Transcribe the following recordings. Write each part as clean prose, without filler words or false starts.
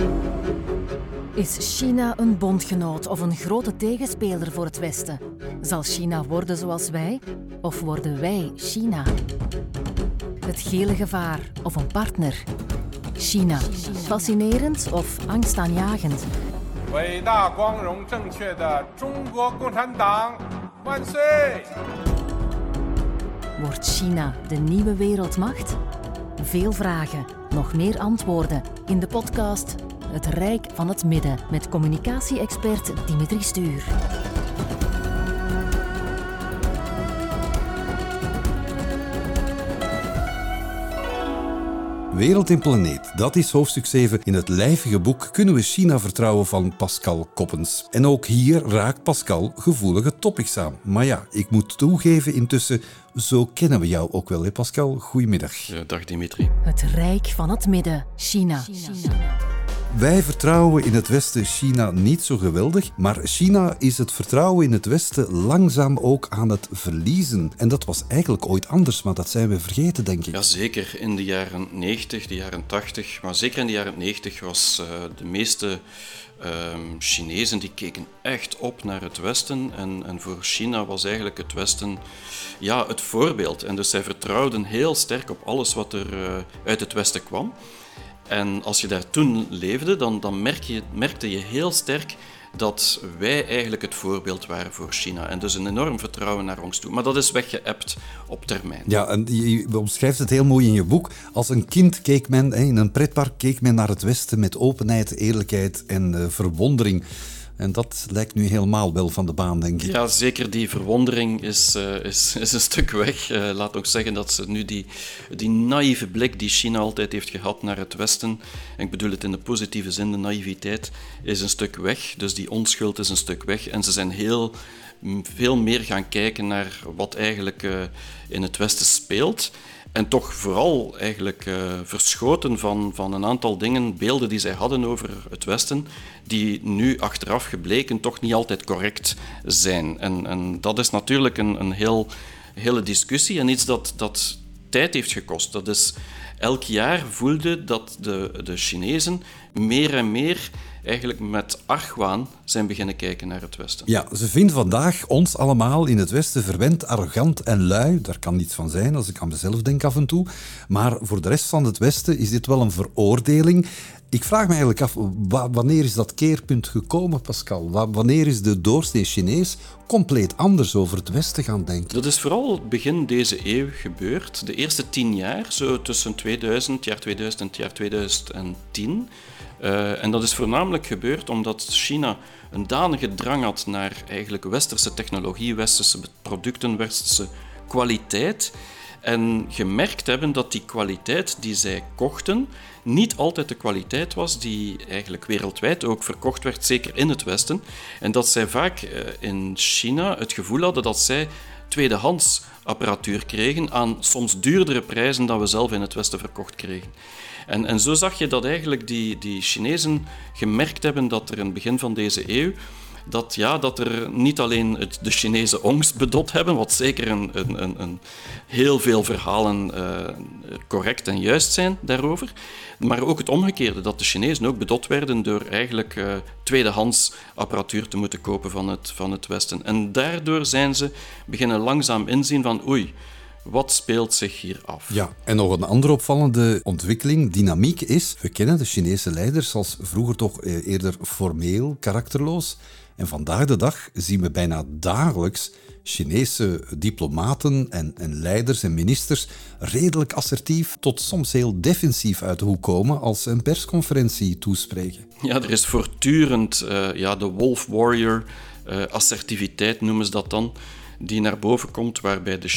Is China een bondgenoot of een grote tegenspeler voor het Westen? Zal China worden zoals wij? Of worden wij China? Het gele gevaar of een partner? China. Fascinerend of angstaanjagend? 伟大光荣正确的中国共产党万岁! Wordt China de nieuwe wereldmacht? Veel vragen, nog meer antwoorden in de podcast Het Rijk van het Midden met communicatie-expert Dimitri Stuur. Wereld en planeet, dat is hoofdstuk 7 in het lijvige boek Kunnen we China vertrouwen van Pascal Koppens. En ook hier raakt Pascal gevoelige topics aan. Maar ja, ik moet toegeven intussen, zo kennen we jou ook wel, hè Pascal? Goedemiddag. Ja, dag Dimitri. Het Rijk van het Midden, China. Wij vertrouwen in het Westen China niet zo geweldig, maar China is het vertrouwen in het Westen langzaam ook aan het verliezen. En dat was eigenlijk ooit anders, maar dat zijn we vergeten, denk ik. Ja, zeker in de jaren 90, de jaren 80, maar zeker in de jaren 90 was de meeste Chinezen die keken echt op naar het Westen. En voor China was eigenlijk het Westen het voorbeeld. En dus zij vertrouwden heel sterk op alles wat er uit het Westen kwam. En als je daar toen leefde, dan merkte je heel sterk dat wij eigenlijk het voorbeeld waren voor China. En dus een enorm vertrouwen naar ons toe. Maar dat is weggeëpt op termijn. Ja, en je omschrijft het heel mooi in je boek. Als een kind keek men, in een pretpark, keek men naar het Westen met openheid, eerlijkheid en verwondering. En dat lijkt nu helemaal wel van de baan, denk ik. Ja, zeker. Die verwondering is een stuk weg. Laat ook zeggen dat ze nu die naïeve blik die China altijd heeft gehad naar het Westen, en ik bedoel het in de positieve zin, de naïviteit, is een stuk weg. Dus die onschuld is een stuk weg. En ze zijn veel meer gaan kijken naar wat eigenlijk in het Westen speelt. En toch vooral eigenlijk verschoten van een aantal dingen, beelden die zij hadden over het Westen, die nu achteraf gebleken toch niet altijd correct zijn. En dat is natuurlijk een hele discussie en iets dat tijd heeft gekost. Dat is elk jaar voelde dat de Chinezen meer en meer eigenlijk met argwaan zijn beginnen kijken naar het Westen. Ja, ze vinden vandaag ons allemaal in het Westen verwend, arrogant en lui. Daar kan niets van zijn als ik aan mezelf denk af en toe. Maar voor de rest van het Westen is dit wel een veroordeling. Ik vraag me eigenlijk af, wanneer is dat keerpunt gekomen, Pascal? Wanneer is de doorsnee Chinees compleet anders over het Westen gaan denken? Dat is vooral begin deze eeuw gebeurd. De eerste 10 jaar, zo tussen jaar 2000 en het jaar 2010... en dat is voornamelijk gebeurd omdat China een danige drang had naar eigenlijk westerse technologie, westerse producten, westerse kwaliteit. En gemerkt hebben dat die kwaliteit die zij kochten niet altijd de kwaliteit was die eigenlijk wereldwijd ook verkocht werd, zeker in het Westen. En dat zij vaak in China het gevoel hadden dat zij tweedehands apparatuur kregen aan soms duurdere prijzen dan we zelf in het Westen verkocht kregen. En zo zag je dat eigenlijk die Chinezen gemerkt hebben dat er in het begin van deze eeuw dat er niet alleen de Chinese ongs bedot hebben, wat zeker een heel veel verhalen correct en juist zijn daarover, maar ook het omgekeerde, dat de Chinezen ook bedot werden door eigenlijk tweedehands apparatuur te moeten kopen van het Westen. En daardoor zijn ze beginnen langzaam inzien van oei, wat speelt zich hier af? Ja, en nog een andere opvallende ontwikkeling, dynamiek is, we kennen de Chinese leiders als vroeger toch eerder formeel, karakterloos. En vandaag de dag zien we bijna dagelijks Chinese diplomaten en leiders en ministers redelijk assertief tot soms heel defensief uit de hoek komen als ze een persconferentie toespreken. Ja, er is voortdurend de wolf warrior, assertiviteit noemen ze dat dan, die naar boven komt, waarbij de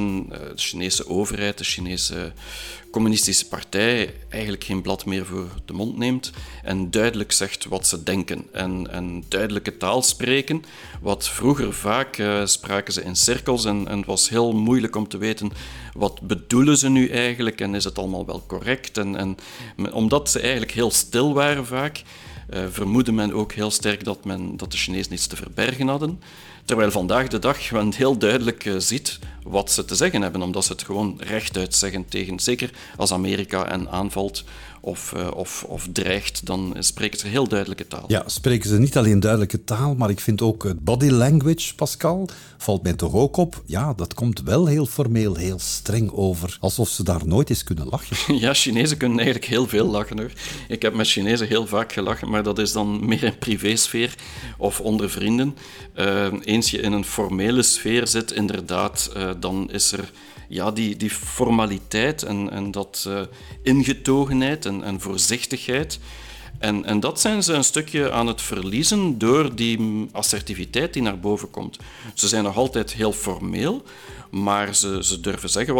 Chinese overheid, de Chinese communistische partij eigenlijk geen blad meer voor de mond neemt en duidelijk zegt wat ze denken en duidelijke taal spreken. Wat vroeger vaak spraken ze in cirkels en het was heel moeilijk om te weten wat bedoelen ze nu eigenlijk en is het allemaal wel correct. En omdat ze eigenlijk heel stil waren vaak, vermoedde men ook heel sterk dat de Chinezen iets te verbergen hadden. Terwijl vandaag de dag men heel duidelijk ziet wat ze te zeggen hebben, omdat ze het gewoon rechtuit zeggen tegen, zeker als Amerika hen aanvalt of dreigt, dan spreken ze heel duidelijke taal. Ja, spreken ze niet alleen duidelijke taal, maar ik vind ook het body language, Pascal, valt mij toch ook op. Ja, dat komt wel heel formeel, heel streng over. Alsof ze daar nooit eens kunnen lachen. Ja, Chinezen kunnen eigenlijk heel veel lachen, hoor. Ik heb met Chinezen heel vaak gelachen, maar dat is dan meer in privésfeer of onder vrienden. Eens je in een formele sfeer zit, inderdaad, dan is er die formaliteit en dat ingetogenheid en voorzichtigheid. En dat zijn ze een stukje aan het verliezen door die assertiviteit die naar boven komt. Ze zijn nog altijd heel formeel, maar ze durven zeggen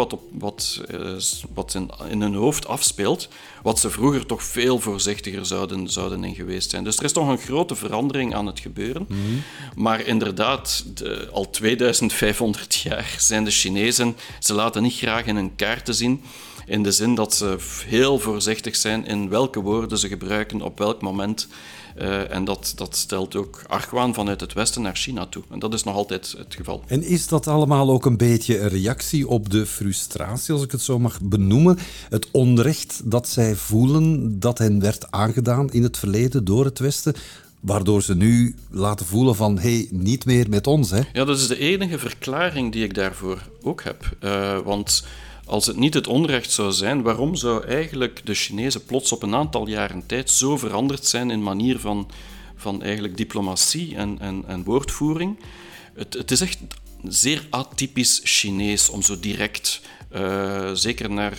wat in hun hoofd afspeelt, wat ze vroeger toch veel voorzichtiger zouden in geweest zijn. Dus er is toch een grote verandering aan het gebeuren. Mm-hmm. Maar inderdaad, al 2500 jaar zijn de Chinezen, ze laten niet graag in hun kaarten zien, in de zin dat ze heel voorzichtig zijn in welke woorden ze gebruiken, op welk moment. En dat stelt ook argwaan vanuit het Westen naar China toe. En dat is nog altijd het geval. En is dat allemaal ook een beetje een reactie op de frustratie, als ik het zo mag benoemen? Het onrecht dat zij voelen, dat hen werd aangedaan in het verleden door het Westen, waardoor ze nu laten voelen van, niet meer met ons, hè? Ja, dat is de enige verklaring die ik daarvoor ook heb. Want als het niet het onrecht zou zijn, waarom zou eigenlijk de Chinezen plots op een aantal jaren tijd zo veranderd zijn in manier van eigenlijk diplomatie en woordvoering? Het is echt zeer atypisch Chinees om zo direct, zeker naar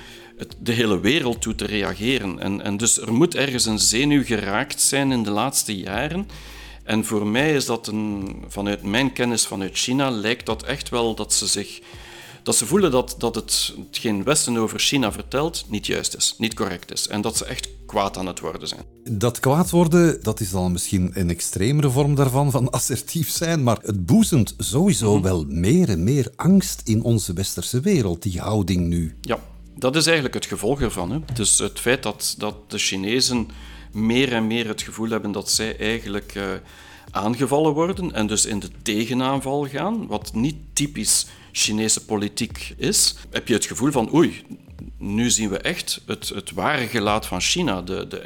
de hele wereld toe te reageren. En dus er moet ergens een zenuw geraakt zijn in de laatste jaren. En voor mij is dat vanuit mijn kennis vanuit China, lijkt dat echt wel dat ze voelen dat hetgeen Westen over China vertelt niet juist is, niet correct is. En dat ze echt kwaad aan het worden zijn. Dat kwaad worden, dat is dan misschien een extremere vorm daarvan, van assertief zijn. Maar het boezemt sowieso wel meer en meer angst in onze westerse wereld, die houding nu. Ja, dat is eigenlijk het gevolg ervan. Hè. Dus het feit dat de Chinezen meer en meer het gevoel hebben dat zij eigenlijk aangevallen worden en dus in de tegenaanval gaan, wat niet typisch Chinese politiek is, heb je het gevoel van oei, nu zien we echt het ware gelaat van China,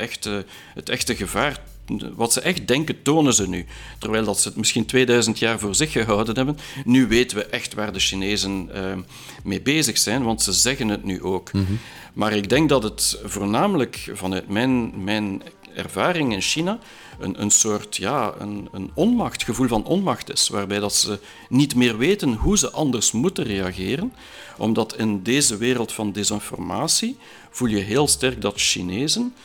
het echte gevaar. Wat ze echt denken, tonen ze nu. Terwijl dat ze het misschien 2000 jaar voor zich gehouden hebben. Nu weten we echt waar de Chinezen mee bezig zijn, want ze zeggen het nu ook. Mm-hmm. Maar ik denk dat het voornamelijk vanuit mijn ervaring in China een soort een onmacht, gevoel van onmacht is, waarbij dat ze niet meer weten hoe ze anders moeten reageren, omdat in deze wereld van desinformatie voel je heel sterk dat Chinezen,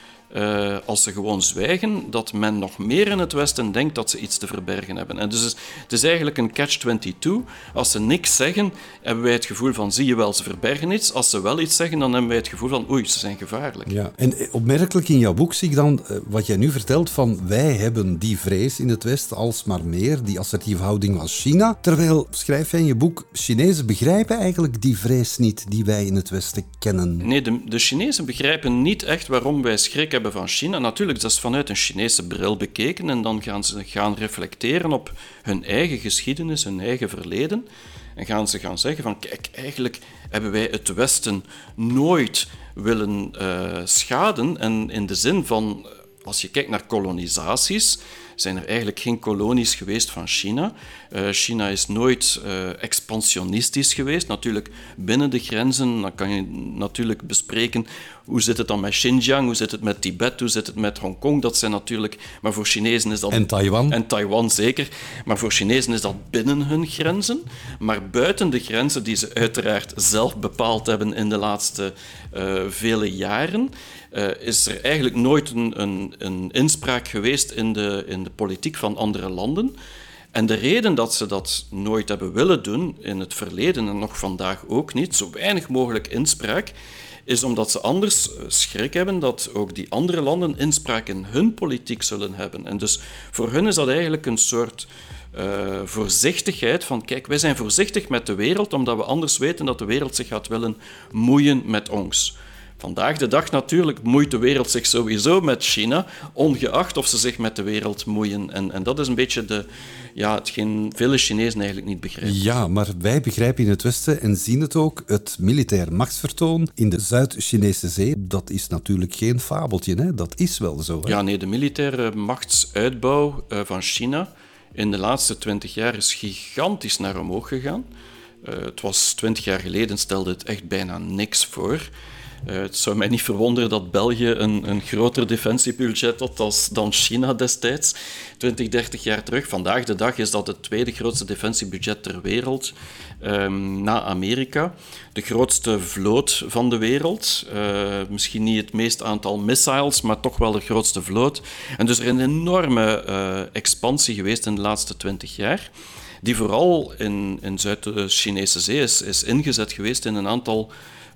als ze gewoon zwijgen, dat men nog meer in het Westen denkt dat ze iets te verbergen hebben. En dus het is eigenlijk een catch-22. Als ze niks zeggen, hebben wij het gevoel van, zie je wel, ze verbergen iets. Als ze wel iets zeggen, dan hebben wij het gevoel van, oei, ze zijn gevaarlijk. Ja, en opmerkelijk in jouw boek zie ik dan, wat jij nu vertelt, van wij hebben die vrees in het Westen alsmaar meer, die assertieve houding van China. Terwijl, schrijf jij in je boek, Chinezen begrijpen eigenlijk die vrees niet die wij in het Westen kennen. Nee, de Chinezen begrijpen niet echt waarom wij schrik hebben van China. Natuurlijk, dat is vanuit een Chinese bril bekeken en dan gaan ze reflecteren op hun eigen geschiedenis, hun eigen verleden en gaan ze zeggen van kijk, eigenlijk hebben wij het Westen nooit willen schaden en in de zin van, als je kijkt naar kolonisaties, zijn er eigenlijk geen kolonies geweest van China. China is nooit expansionistisch geweest. Natuurlijk binnen de grenzen, dan kan je natuurlijk bespreken hoe zit het dan met Xinjiang, hoe zit het met Tibet, hoe zit het met Hongkong. Dat zijn natuurlijk, maar voor Chinezen is dat... En Taiwan. En Taiwan zeker. Maar voor Chinezen is dat binnen hun grenzen. Maar buiten de grenzen die ze uiteraard zelf bepaald hebben in de laatste vele jaren, is er eigenlijk nooit een inspraak geweest in de politiek van andere landen. En de reden dat ze dat nooit hebben willen doen in het verleden en nog vandaag ook niet, zo weinig mogelijk inspraak, is omdat ze anders schrik hebben dat ook die andere landen inspraak in hun politiek zullen hebben. En dus voor hun is dat eigenlijk een soort voorzichtigheid van kijk, wij zijn voorzichtig met de wereld omdat we anders weten dat de wereld zich gaat willen moeien met ons. Vandaag de dag natuurlijk moeit de wereld zich sowieso met China, ongeacht of ze zich met de wereld moeien. En dat is een beetje hetgeen vele Chinezen eigenlijk niet begrijpen. Ja, maar wij begrijpen in het Westen en zien het ook. Het militair machtsvertoon in de Zuid-Chinese Zee, dat is natuurlijk geen fabeltje, hè? Dat is wel zo. Hè? Ja, nee, de militaire machtsuitbouw van China in de laatste 20 jaar is gigantisch naar omhoog gegaan. Het was 20 jaar geleden, stelde het echt bijna niks voor. Het zou mij niet verwonderen dat België een groter defensiebudget had dan China destijds, 20, 30 jaar terug. Vandaag de dag is dat het tweede grootste defensiebudget ter wereld, na Amerika. De grootste vloot van de wereld. Misschien niet het meest aantal missiles, maar toch wel de grootste vloot. En dus er is een enorme expansie geweest in de laatste 20 jaar, die vooral in Zuid-Chinese Zee is ingezet geweest in een aantal,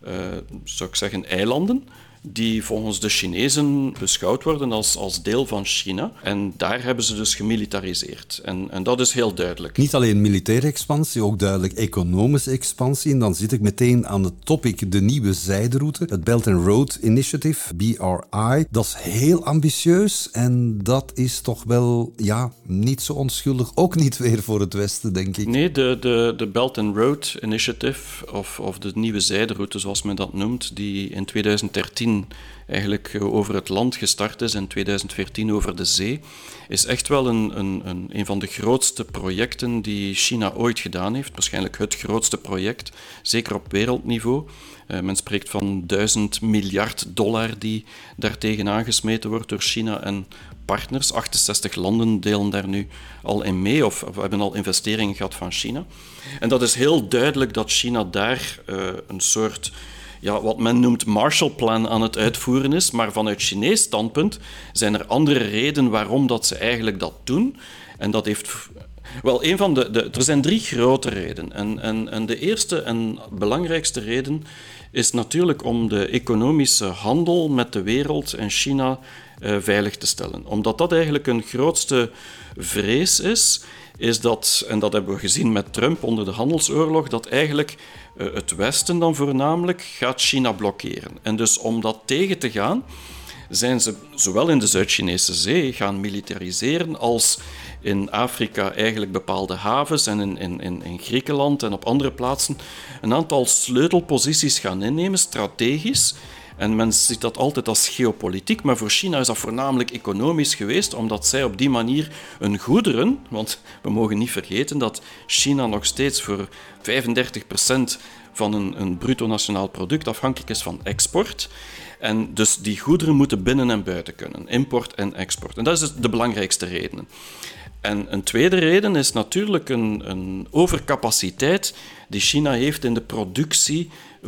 zou ik zeggen, eilanden, die volgens de Chinezen beschouwd worden als deel van China. En daar hebben ze dus gemilitariseerd. En dat is heel duidelijk. Niet alleen militaire expansie, ook duidelijk economische expansie. En dan zit ik meteen aan het topic de nieuwe zijderoute, het Belt and Road Initiative, BRI. Dat is heel ambitieus en dat is toch wel, niet zo onschuldig. Ook niet weer voor het Westen, denk ik. Nee, de Belt and Road Initiative, of de nieuwe zijderoute, zoals men dat noemt, die in 2013 eigenlijk over het land gestart is, in 2014 over de zee, is echt wel een van de grootste projecten die China ooit gedaan heeft. Waarschijnlijk het grootste project, zeker op wereldniveau. Men spreekt van $1000 miljard die daartegen aangesmeten wordt door China en partners. 68 landen delen daar nu al in mee of hebben al investeringen gehad van China. En dat is heel duidelijk dat China daar een soort, wat men noemt Marshallplan aan het uitvoeren is. Maar vanuit Chinees standpunt zijn er andere redenen waarom dat ze eigenlijk dat doen. En dat heeft... Wel, er zijn 3 grote redenen. En de eerste en belangrijkste reden is natuurlijk om de economische handel met de wereld en China veilig te stellen. Omdat dat eigenlijk een grootste vrees is dat, en dat hebben we gezien met Trump onder de handelsoorlog, dat eigenlijk het Westen dan voornamelijk gaat China blokkeren. En dus om dat tegen te gaan, zijn ze zowel in de Zuid-Chinese Zee gaan militariseren als in Afrika eigenlijk bepaalde havens en in Griekenland en op andere plaatsen een aantal sleutelposities gaan innemen, strategisch. En men ziet dat altijd als geopolitiek, maar voor China is dat voornamelijk economisch geweest, omdat zij op die manier hun goederen, want we mogen niet vergeten dat China nog steeds voor 35% van een bruto nationaal product afhankelijk is van export. En dus die goederen moeten binnen en buiten kunnen, import en export. En dat is dus de belangrijkste reden. En een tweede reden is natuurlijk een overcapaciteit die China heeft in de productie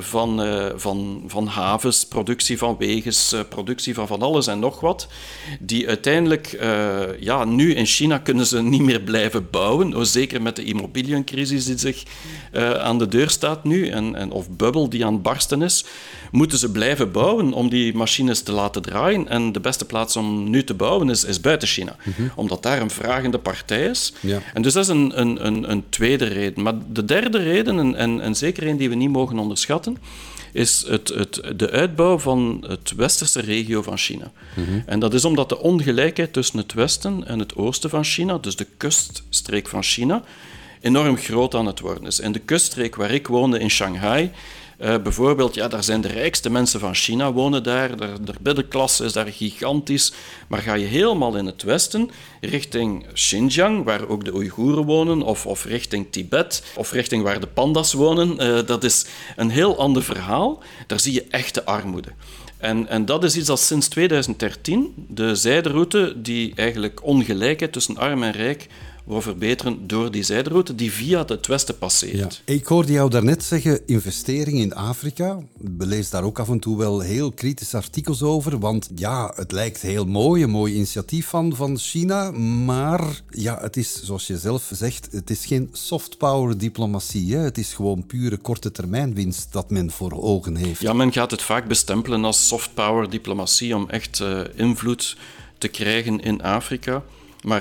van havens, productie van wegens, productie van alles en nog wat, die uiteindelijk, nu in China kunnen ze niet meer blijven bouwen, zeker met de immobiliëncrisis die zich aan de deur staat nu, of bubbel die aan het barsten is, moeten ze blijven bouwen om die machines te laten draaien. En de beste plaats om nu te bouwen is buiten China, omdat daar een vragende partij is. Ja. En dus dat is een tweede reden. Maar de derde reden, en zeker een die we niet mogen onderschatten, is de uitbouw van het westerse regio van China. En dat is omdat de ongelijkheid tussen het westen en het oosten van China, dus de kuststreek van China, enorm groot aan het worden is. En de kuststreek waar ik woonde in Shanghai, bijvoorbeeld, daar zijn de rijkste mensen van China wonen daar. De middenklasse is daar gigantisch. Maar ga je helemaal in het westen, richting Xinjiang, waar ook de Oeigoeren wonen, of richting Tibet, of richting waar de panda's wonen, dat is een heel ander verhaal. Daar zie je echte armoede. En dat is iets dat sinds 2013, de zijderoute, die eigenlijk ongelijkheid tussen arm en rijk wil verbeteren door die zijderoute die via het westen passeert. Ja. Ik hoorde jou daarnet zeggen, investering in Afrika. We lezen daar ook af en toe wel heel kritische artikels over, want het lijkt heel mooi, een mooi initiatief van China, maar het is, zoals je zelf zegt, het is geen soft power diplomatie. Hè? Het is gewoon pure korte termijn winst dat men voor ogen heeft. Ja, men gaat het vaak bestempelen als soft power diplomatie om echt invloed te krijgen in Afrika. Maar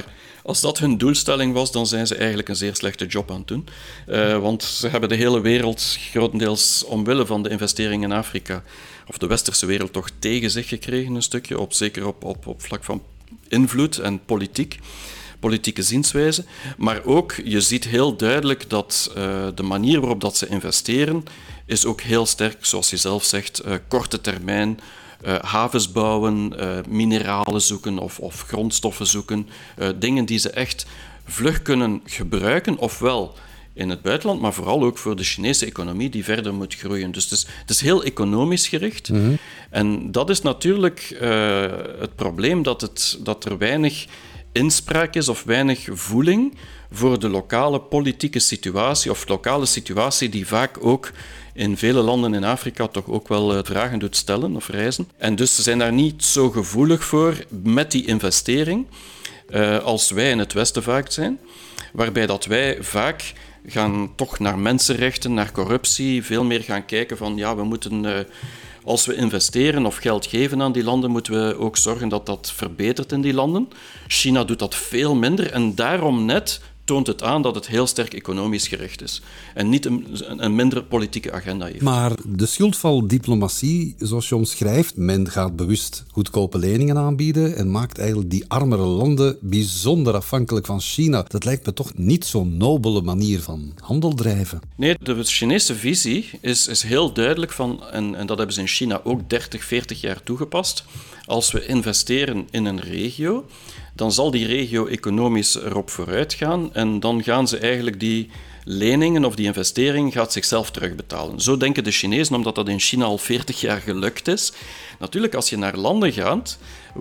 Als dat hun doelstelling was, dan zijn ze eigenlijk een zeer slechte job aan het doen. Want ze hebben de hele wereld grotendeels omwille van de investeringen in Afrika, of de westerse wereld, toch tegen zich gekregen een stukje, zeker op vlak van invloed en politieke zienswijze. Maar ook, je ziet heel duidelijk dat de manier waarop dat ze investeren is ook heel sterk, zoals je zelf zegt, korte termijn, havens bouwen, mineralen zoeken of grondstoffen zoeken, dingen die ze echt vlug kunnen gebruiken, ofwel in het buitenland, maar vooral ook voor de Chinese economie die verder moet groeien. Dus het is heel economisch gericht. Mm-hmm. En dat is natuurlijk het probleem, dat er weinig inspraak is of weinig voeling voor de lokale politieke situatie of lokale situatie die vaak ook in vele landen in Afrika toch ook wel vragen doet stellen of reizen. En dus ze zijn daar niet zo gevoelig voor met die investering als wij in het Westen vaak zijn, waarbij dat wij vaak gaan toch naar mensenrechten, naar corruptie, veel meer gaan kijken van ja, we moeten, als we investeren of geld geven aan die landen, moeten we ook zorgen dat dat verbetert in die landen. China doet dat veel minder en daarom net toont het aan dat het heel sterk economisch gericht is en niet een minder politieke agenda heeft. Maar de schuldvaldiplomatie, zoals je omschrijft, men gaat bewust goedkope leningen aanbieden en maakt eigenlijk die armere landen bijzonder afhankelijk van China. Dat lijkt me toch niet zo'n nobele manier van handel drijven. Nee, de Chinese visie is heel duidelijk van, en dat hebben ze in China ook 30, 40 jaar toegepast. Als we investeren in een regio, dan zal die regio economisch erop vooruit gaan en dan gaan ze eigenlijk die leningen of die investering gaat zichzelf terugbetalen. Zo denken de Chinezen, omdat dat in China al 40 jaar gelukt is. Natuurlijk, als je naar landen gaat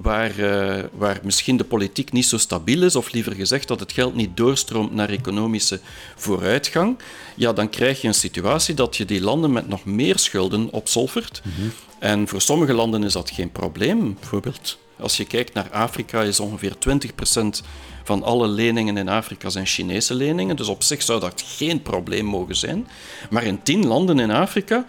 waar misschien de politiek niet zo stabiel is, of liever gezegd dat het geld niet doorstroomt naar economische vooruitgang, ja, dan krijg je een situatie dat je die landen met nog meer schulden opzolvert. Mm-hmm. En voor sommige landen is dat geen probleem. Bijvoorbeeld, als je kijkt naar Afrika, is ongeveer 20% van alle leningen in Afrika zijn Chinese leningen. Dus op zich zou dat geen probleem mogen zijn. Maar in 10 landen in Afrika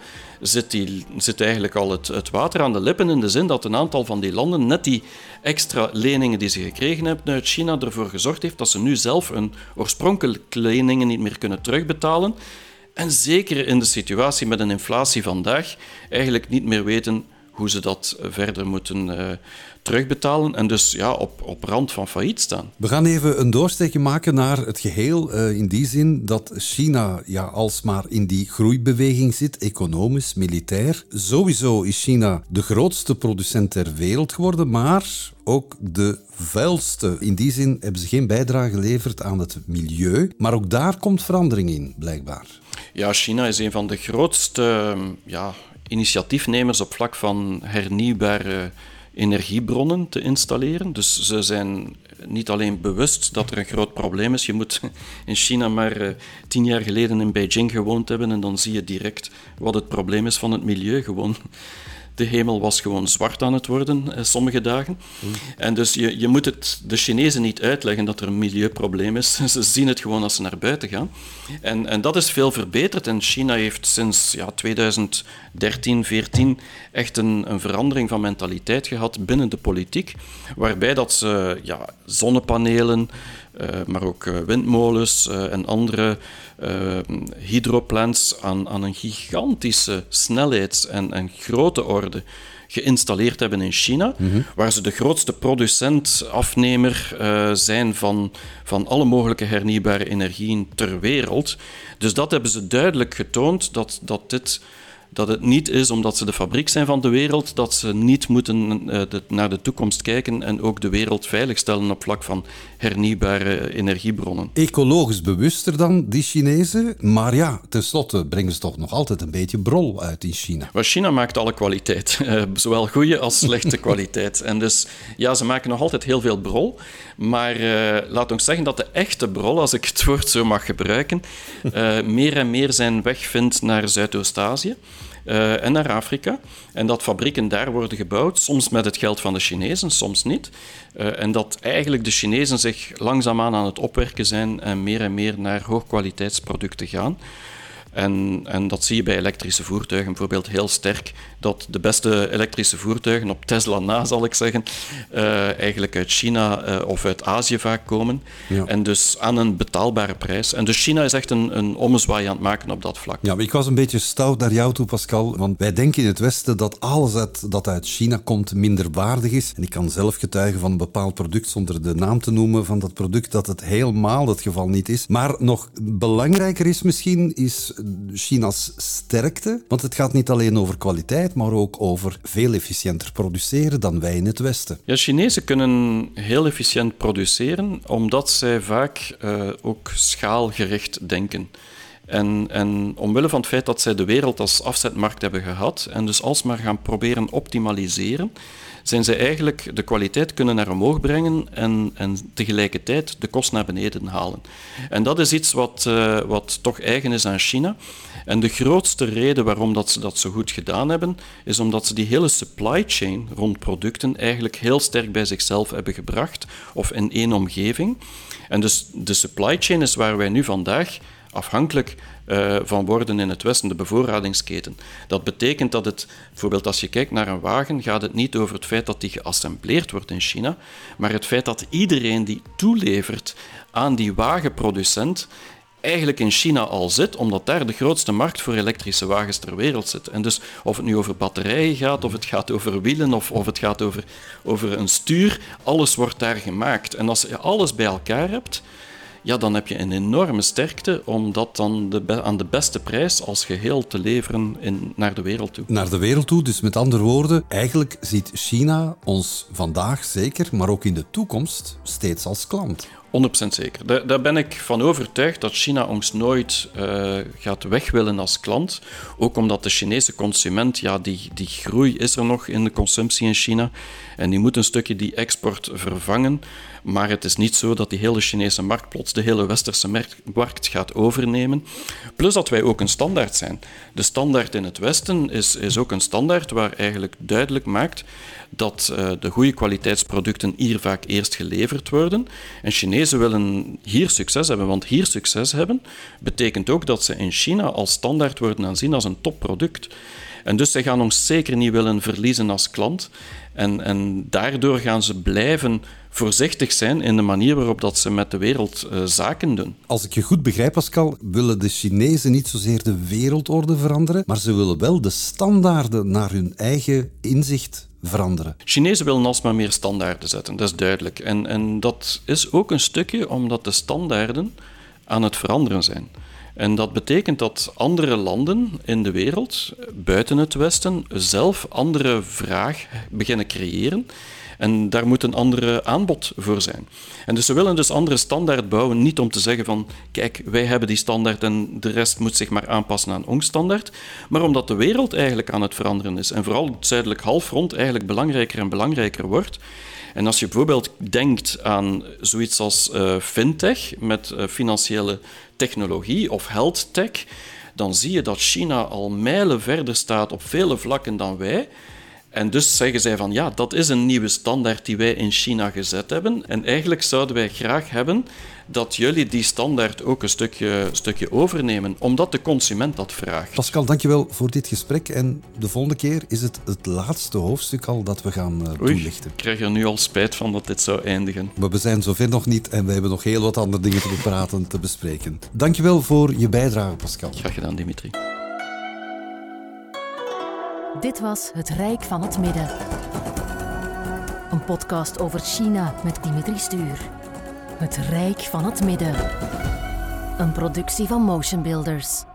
zit eigenlijk al het water aan de lippen, in de zin dat een aantal van die landen net die extra leningen die ze gekregen hebben uit China ervoor gezorgd heeft dat ze nu zelf hun oorspronkelijke leningen niet meer kunnen terugbetalen. En zeker in de situatie met een inflatie vandaag eigenlijk niet meer weten hoe ze dat verder moeten terugbetalen en dus ja, op rand van failliet staan. We gaan even een doorsteekje maken naar het geheel, in die zin dat China alsmaar in die groeibeweging zit, economisch, militair. Sowieso is China de grootste producent ter wereld geworden, maar ook de vuilste. In die zin hebben ze geen bijdrage geleverd aan het milieu, maar ook daar komt verandering in, blijkbaar. Ja, China is een van de grootste initiatiefnemers op vlak van hernieuwbare energiebronnen te installeren. Dus ze zijn niet alleen bewust dat er een groot probleem is. Je moet in China maar 10 jaar geleden in Beijing gewoond hebben en dan zie je direct wat het probleem is van het milieu. Gewoon, de hemel was gewoon zwart aan het worden sommige dagen. En dus je moet het de Chinezen niet uitleggen dat er een milieuprobleem is. Ze zien het gewoon als ze naar buiten gaan. En dat is veel verbeterd. En China heeft sinds 2013, 2014 echt een verandering van mentaliteit gehad binnen de politiek, waarbij dat ze zonnepanelen, maar ook windmolens en andere hydroplants aan een gigantische snelheid en grote orde geïnstalleerd hebben in China, waar ze de grootste producent, afnemer zijn van alle mogelijke hernieuwbare energieën ter wereld. Dus dat hebben ze duidelijk getoond, dat het niet is omdat ze de fabriek zijn van de wereld, dat ze niet moeten naar de toekomst kijken en ook de wereld veiligstellen op vlak van hernieuwbare energiebronnen. Ecologisch bewuster dan die Chinezen, maar ja, tenslotte brengen ze toch nog altijd een beetje brol uit in China. Maar China maakt alle kwaliteit, zowel goede als slechte kwaliteit. En dus ja, ze maken nog altijd heel veel brol, maar laat ons zeggen dat de echte brol, als ik het woord zo mag gebruiken, meer en meer zijn weg vindt naar Zuidoost-Azië. En naar Afrika. En dat fabrieken daar worden gebouwd, soms met het geld van de Chinezen, soms niet. En dat eigenlijk de Chinezen zich langzaamaan aan het opwerken zijn en meer naar hoogkwaliteitsproducten gaan. En dat zie je bij elektrische voertuigen bijvoorbeeld heel sterk, dat de beste elektrische voertuigen, op Tesla na zal ik zeggen, eigenlijk uit China of uit Azië vaak komen. Ja. En dus aan een betaalbare prijs. En dus China is echt een ommezwaai aan het maken op dat vlak. Ja, maar ik was een beetje stout naar jou toe, Pascal, want wij denken in het Westen dat alles dat uit China komt minder waardig is. En ik kan zelf getuigen van een bepaald product, zonder de naam te noemen van dat product, dat het helemaal het geval niet is. Maar nog belangrijker is misschien, is China's sterkte. Want het gaat niet alleen over kwaliteit, maar ook over veel efficiënter produceren dan wij in het Westen. Ja, Chinezen kunnen heel efficiënt produceren, omdat zij vaak ook schaalgericht denken. En omwille van het feit dat zij de wereld als afzetmarkt hebben gehad en dus alsmaar gaan proberen optimaliseren, zijn zij eigenlijk de kwaliteit kunnen naar omhoog brengen en tegelijkertijd de kost naar beneden halen. En dat is iets wat toch eigen is aan China. En de grootste reden waarom dat ze dat zo goed gedaan hebben, is omdat ze die hele supply chain rond producten eigenlijk heel sterk bij zichzelf hebben gebracht, of in één omgeving. En dus de supply chain is waar wij nu vandaag afhankelijk van worden in het Westen, de bevoorradingsketen. Dat betekent dat het, bijvoorbeeld als je kijkt naar een wagen, gaat het niet over het feit dat die geassembleerd wordt in China, maar het feit dat iedereen die toelevert aan die wagenproducent eigenlijk in China al zit, omdat daar de grootste markt voor elektrische wagens ter wereld zit. En dus of het nu over batterijen gaat, of het gaat over wielen, of het gaat over een stuur, alles wordt daar gemaakt. En als je alles bij elkaar hebt, ja, dan heb je een enorme sterkte om dat dan aan de beste prijs als geheel te leveren naar de wereld toe. Naar de wereld toe, dus met andere woorden, eigenlijk ziet China ons vandaag zeker, maar ook in de toekomst steeds als klant. 100% zeker. Daar ben ik van overtuigd dat China ons nooit gaat weg willen als klant. Ook omdat de Chinese consument, ja, die groei is er nog in de consumptie in China. En die moet een stukje die export vervangen. Maar het is niet zo dat die hele Chinese markt plots de hele westerse markt gaat overnemen. Plus dat wij ook een standaard zijn. De standaard in het Westen is ook een standaard waar eigenlijk duidelijk maakt dat de goede kwaliteitsproducten hier vaak eerst geleverd worden. En Chinezen willen hier succes hebben, want hier succes hebben betekent ook dat ze in China als standaard worden aanzien als een topproduct. En dus zij gaan ons zeker niet willen verliezen als klant. En daardoor gaan ze blijven voorzichtig zijn in de manier waarop dat ze met de wereld zaken doen. Als ik je goed begrijp, Pascal, willen de Chinezen niet zozeer de wereldorde veranderen, maar ze willen wel de standaarden naar hun eigen inzicht veranderen. Chinezen willen alsmaar meer standaarden zetten, dat is duidelijk. En dat is ook een stukje omdat de standaarden aan het veranderen zijn. En dat betekent dat andere landen in de wereld, buiten het Westen, zelf andere vraag beginnen creëren. En daar moet een andere aanbod voor zijn. En dus ze willen dus andere standaard bouwen, niet om te zeggen van kijk, wij hebben die standaard en de rest moet zich maar aanpassen aan ons standaard, maar omdat de wereld eigenlijk aan het veranderen is en vooral het zuidelijk halfrond eigenlijk belangrijker en belangrijker wordt. En als je bijvoorbeeld denkt aan zoiets als fintech met financiële technologie of health tech, dan zie je dat China al mijlen verder staat op vele vlakken dan wij. En dus zeggen zij van ja, dat is een nieuwe standaard die wij in China gezet hebben. En eigenlijk zouden wij graag hebben dat jullie die standaard ook een stukje overnemen, omdat de consument dat vraagt. Pascal, dankjewel voor dit gesprek. En de volgende keer is het laatste hoofdstuk al dat we gaan toelichten. Ik krijg er nu al spijt van dat dit zou eindigen. Maar we zijn zover nog niet en we hebben nog heel wat andere dingen te bepraten, te bespreken. Dankjewel voor je bijdrage, Pascal. Graag gedaan, Dimitri. Dit was Het Rijk van het Midden. Een podcast over China met Dimitri Stuur. Het Rijk van het Midden. Een productie van Motion Builders.